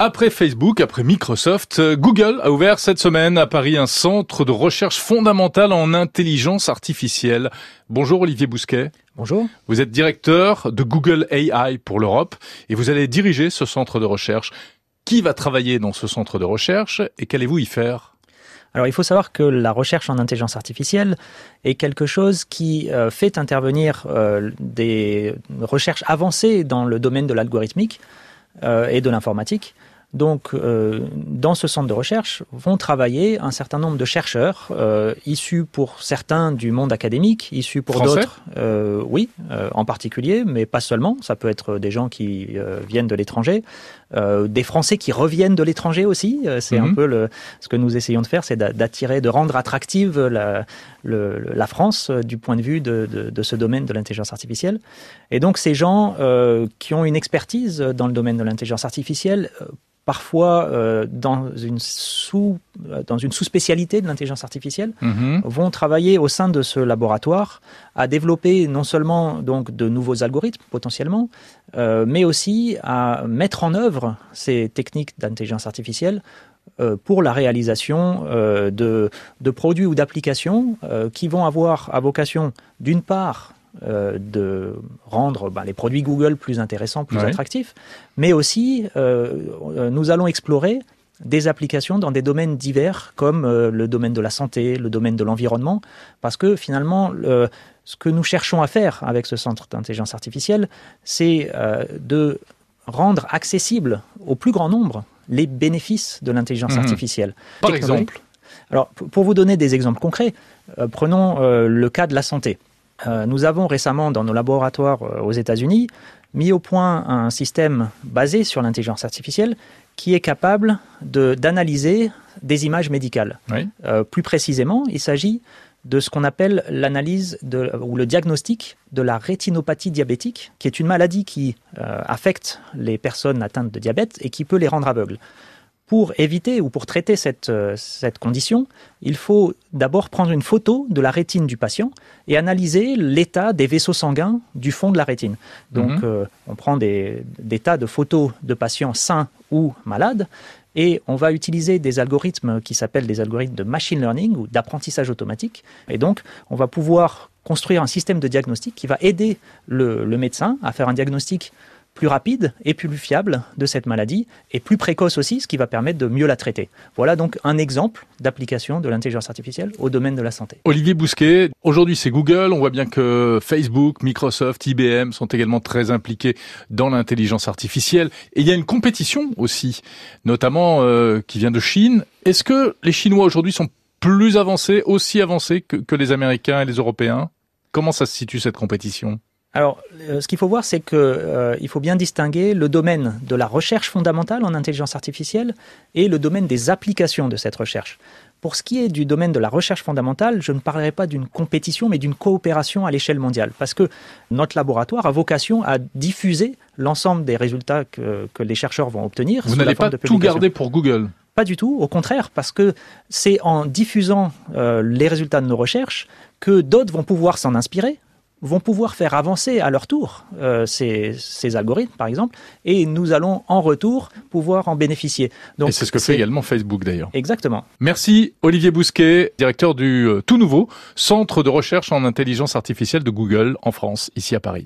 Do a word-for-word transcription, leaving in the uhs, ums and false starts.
Après Facebook, après Microsoft, Google a ouvert cette semaine à Paris un centre de recherche fondamentale en intelligence artificielle. Bonjour Olivier Bousquet. Bonjour. Vous êtes directeur de Google A I pour l'Europe et vous allez diriger ce centre de recherche. Qui va travailler dans ce centre de recherche et qu'allez-vous y faire ? Alors, il faut savoir que la recherche en intelligence artificielle est quelque chose qui euh, fait intervenir euh, des recherches avancées dans le domaine de l'algorithmique euh, et de l'informatique. Donc, euh, dans ce centre de recherche vont travailler un certain nombre de chercheurs euh, issus pour certains du monde académique, issus pour Français d'autres, euh, oui, euh, en particulier, mais pas seulement. Ça peut être des gens qui euh, viennent de l'étranger, euh, des Français qui reviennent de l'étranger aussi. C'est mm-hmm. un peu le, ce que nous essayons de faire, c'est d'attirer, de rendre attractive la, le, la France du point de vue de, de, de ce domaine de l'intelligence artificielle. Et donc, ces gens euh, qui ont une expertise dans le domaine de l'intelligence artificielle, euh, parfois euh, dans une sous dans une sous-spécialité de l'intelligence artificielle, mmh. vont travailler au sein de ce laboratoire à développer non seulement donc de nouveaux algorithmes potentiellement, euh, mais aussi à mettre en œuvre ces techniques d'intelligence artificielle euh, pour la réalisation euh, de de produits ou d'applications euh, qui vont avoir à vocation d'une part Euh, de rendre bah, les produits Google plus intéressants, plus ouais. attractifs, mais aussi euh, nous allons explorer des applications dans des domaines divers comme euh, le domaine de la santé, le domaine de l'environnement, parce que finalement, le, ce que nous cherchons à faire avec ce centre d'intelligence artificielle, c'est euh, de rendre accessible au plus grand nombre les bénéfices de l'intelligence mmh. artificielle. Par exemple ? Alors, pour vous donner des exemples concrets, euh, prenons euh, le cas de la santé. Euh, nous avons récemment, dans nos laboratoires euh, aux États-Unis, mis au point un système basé sur l'intelligence artificielle qui est capable de, d'analyser des images médicales. Oui. Euh, plus précisément, il s'agit de ce qu'on appelle l'analyse de, ou le diagnostic de la rétinopathie diabétique, qui est une maladie qui euh, affecte les personnes atteintes de diabète et qui peut les rendre aveugles. Pour éviter ou pour traiter cette, euh, cette condition, il faut d'abord prendre une photo de la rétine du patient et analyser l'état des vaisseaux sanguins du fond de la rétine. Donc, mmh. euh, on prend des, des tas de photos de patients sains ou malades et on va utiliser des algorithmes qui s'appellent des algorithmes de machine learning ou d'apprentissage automatique. Et donc, on va pouvoir construire un système de diagnostic qui va aider le, le médecin à faire un diagnostic plus rapide et plus fiable de cette maladie, et plus précoce aussi, ce qui va permettre de mieux la traiter. Voilà donc un exemple d'application de l'intelligence artificielle au domaine de la santé. Olivier Bousquet, aujourd'hui c'est Google, on voit bien que Facebook, Microsoft, I B M sont également très impliqués dans l'intelligence artificielle, et il y a une compétition aussi, notamment euh, qui vient de Chine. Est-ce que les Chinois aujourd'hui sont plus avancés, aussi avancés que, que les Américains et les Européens ? Comment ça se situe cette compétition ? Alors, euh, ce qu'il faut voir, c'est qu'il euh, faut bien distinguer le domaine de la recherche fondamentale en intelligence artificielle et le domaine des applications de cette recherche. Pour ce qui est du domaine de la recherche fondamentale, je ne parlerai pas d'une compétition, mais d'une coopération à l'échelle mondiale. Parce que notre laboratoire a vocation à diffuser l'ensemble des résultats que, que les chercheurs vont obtenir. Vous n'allez pas tout garder pour Google ? Pas du tout, au contraire, parce que c'est en diffusant euh, les résultats de nos recherches que d'autres vont pouvoir s'en inspirer, vont pouvoir faire avancer à leur tour euh, ces, ces algorithmes, par exemple, et nous allons en retour pouvoir en bénéficier. Donc, et c'est ce que fait également Facebook, d'ailleurs. Exactement. Merci Olivier Bousquet, directeur du euh, tout nouveau Centre de recherche en intelligence artificielle de Google en France, ici à Paris.